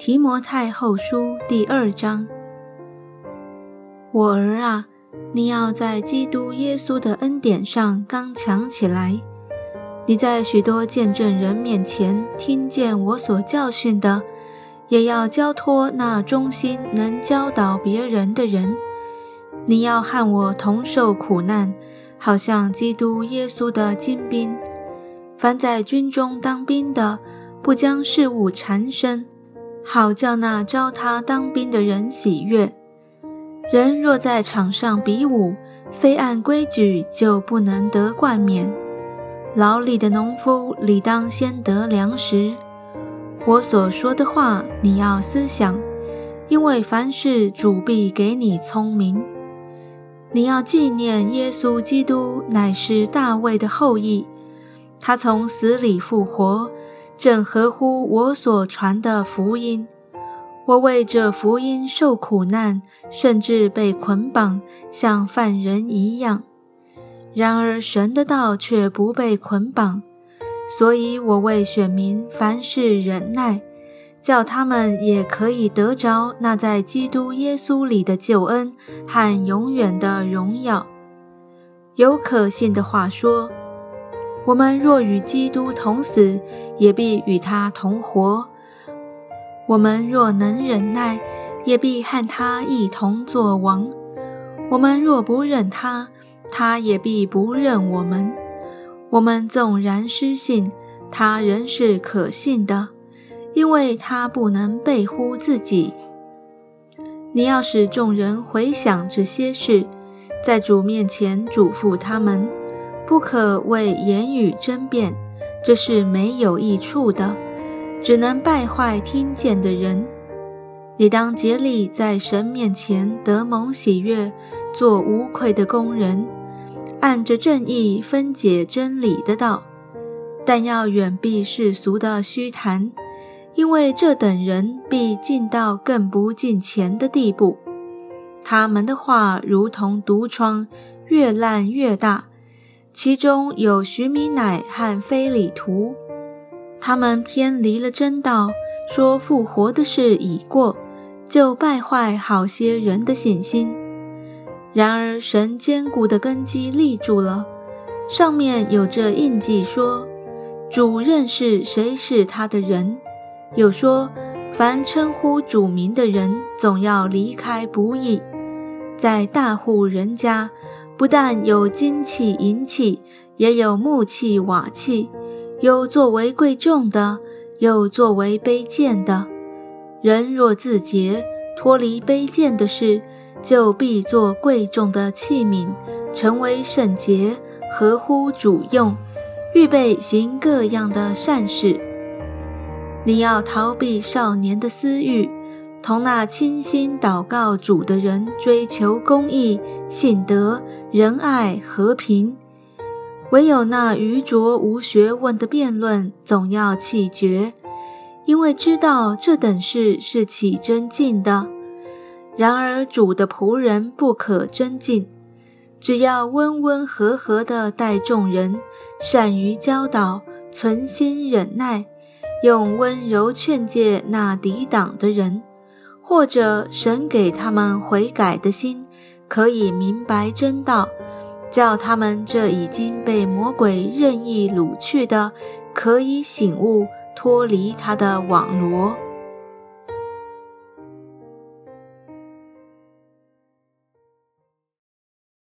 提摩太后书第2章。我儿啊，你要在基督耶稣的恩典上刚强起来。你在许多见证人面前听见我所教训的，也要交托那忠心能教导别人的人。你要和我同受苦难，好像基督耶稣的精兵。凡在军中当兵的，不将事物缠身，好叫那招他当兵的人喜悦。人若在场上比武，非按规矩，就不能得冠冕。劳力的农夫理当先得粮食。我所说的话，你要思想，因为凡事主必给你聪明。你要纪念耶稣基督乃是大卫的后裔，他从死里复活，正合乎我所传的福音。我为这福音受苦难，甚至被捆绑，像犯人一样。然而神的道却不被捆绑，所以我为选民凡事忍耐，叫他们也可以得着那在基督耶稣里的救恩和永远的荣耀。有可信的话说，我们若与基督同死，也必与他同活；我们若能忍耐，也必和他一同作王；我们若不认他，他也必不认我们。我们纵然失信，他仍是可信的，因为他不能背乎自己。你要使众人回想这些事，在主面前嘱咐他们，不可为言语争辩，这是没有益处的，只能败坏听见的人。你当竭力在神面前得蒙喜悦，做无愧的工人，按着正义分解真理的道，但要远避世俗的虚谈，因为这等人必进到更不敬虔的地步。他们的话如同毒疮，越烂越大，其中有许米乃和非里图。他们偏离了真道，说复活的事已过，就败坏好些人的信心。然而神坚固的根基立住了，上面有这印记说，主认识谁是他的人。又说，凡称呼主名的人，总要离开不义。在大户人家，不但有金器银器，也有木器瓦器，有作为贵重的，有作为卑贱的。人若自洁，脱离卑贱的事，就必做贵重的器皿，成为圣洁，合乎主用，预备行各样的善事。你要逃避少年的私欲，同那倾心祷告主的人追求公义、信德、仁爱、和平。唯有那愚拙无学问的辩论，总要弃绝，因为知道这等事是起争竞的。然而主的仆人不可争竞，只要温温和和地待众人，善于教导，存心忍耐，用温柔劝诫那抵挡的人，或者神给他们悔改的心，可以明白真道，叫他们这已经被魔鬼任意掳去的，可以醒悟，脱离他的网罗。